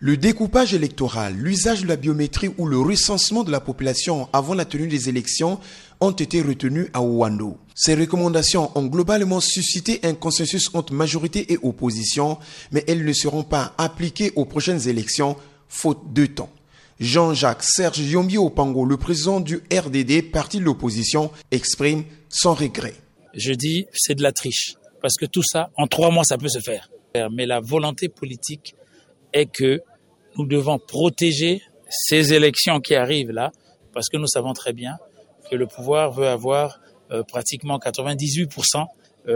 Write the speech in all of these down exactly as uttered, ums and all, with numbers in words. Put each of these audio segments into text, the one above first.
Le découpage électoral, l'usage de la biométrie ou le recensement de la population avant la tenue des élections ont été retenus à Ouando. Ces recommandations ont globalement suscité un consensus entre majorité et opposition, mais elles ne seront pas appliquées aux prochaines élections, faute de temps. Jean-Jacques Serge Yombi Opango, le président du R D D, parti de l'opposition, exprime son regret. Je dis, c'est de la triche, parce que tout ça, en trois mois, ça peut se faire. Mais la volonté politique est que nous devons protéger ces élections qui arrivent là, parce que nous savons très bien que le pouvoir veut avoir euh, pratiquement quatre-vingt-dix-huit pour cent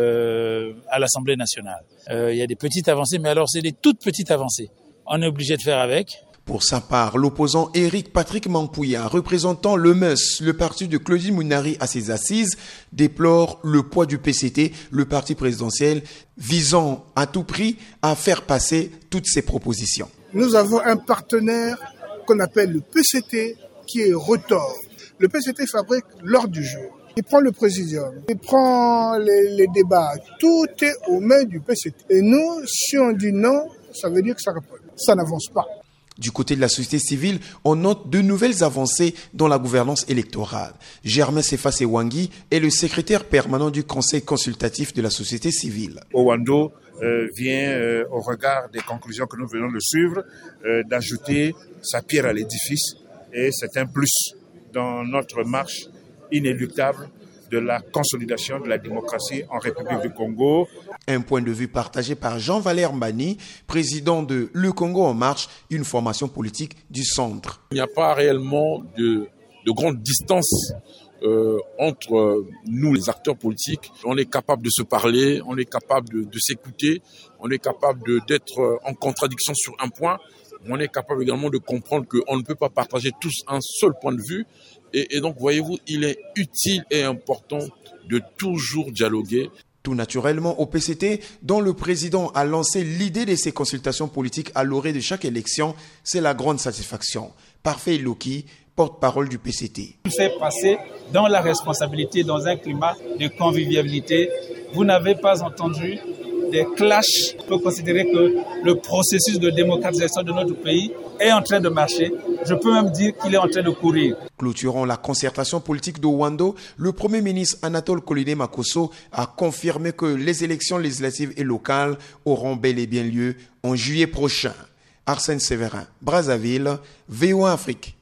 euh, à l'Assemblée nationale. Euh, il y a des petites avancées, mais alors c'est des toutes petites avancées. On est obligé de faire avec. Pour sa part, l'opposant Éric Patrick Mampouya, représentant le M E S, le parti de Claudine Mounari à ses assises, déplore le poids du P C T, le parti présidentiel, visant à tout prix à faire passer toutes ses propositions. Nous avons un partenaire qu'on appelle le P C T, qui est Rotor. Le P C T fabrique l'ordre du jour. Il prend le présidium, il prend les, les débats. Tout est aux mains du P C T. Et nous, si on dit non, ça veut dire que ça, ça n'avance pas. Du côté de la société civile, on note de nouvelles avancées dans la gouvernance électorale. Germain Sefas Ewangi est le secrétaire permanent du conseil consultatif de la société civile. Ouando euh, vient, euh, au regard des conclusions que nous venons de suivre, euh, d'ajouter sa pierre à l'édifice. Et c'est un plus dans notre marche inéluctable de la consolidation de la démocratie en République du Congo. Un point de vue partagé par Jean-Valère Mbani, président de Le Congo en marche, une formation politique du centre. Il n'y a pas réellement de, de grande distance euh, entre nous, les acteurs politiques. On est capable de se parler, on est capable de, de s'écouter, on est capable de, d'être en contradiction sur un point. On est capable également de comprendre qu'on ne peut pas partager tous un seul point de vue. Et, et donc, voyez-vous, il est utile et important de toujours dialoguer. Tout naturellement au P C T, dont le président a lancé l'idée de ces consultations politiques à l'orée de chaque élection, c'est la grande satisfaction. Parfait Iloki, porte-parole du P C T. Il fait passer dans la responsabilité, dans un climat de convivialité. Vous n'avez pas entendu des clashs. On peut considérer que le processus de démocratisation de notre pays est en train de marcher. Je peux même dire qu'il est en train de courir. Clôturant la concertation politique de Ouando, le Premier ministre Anatole Collinet Makosso a confirmé que les élections législatives et locales auront bel et bien lieu en juillet prochain. Arsène Séverin, Brazzaville, V O A Afrique.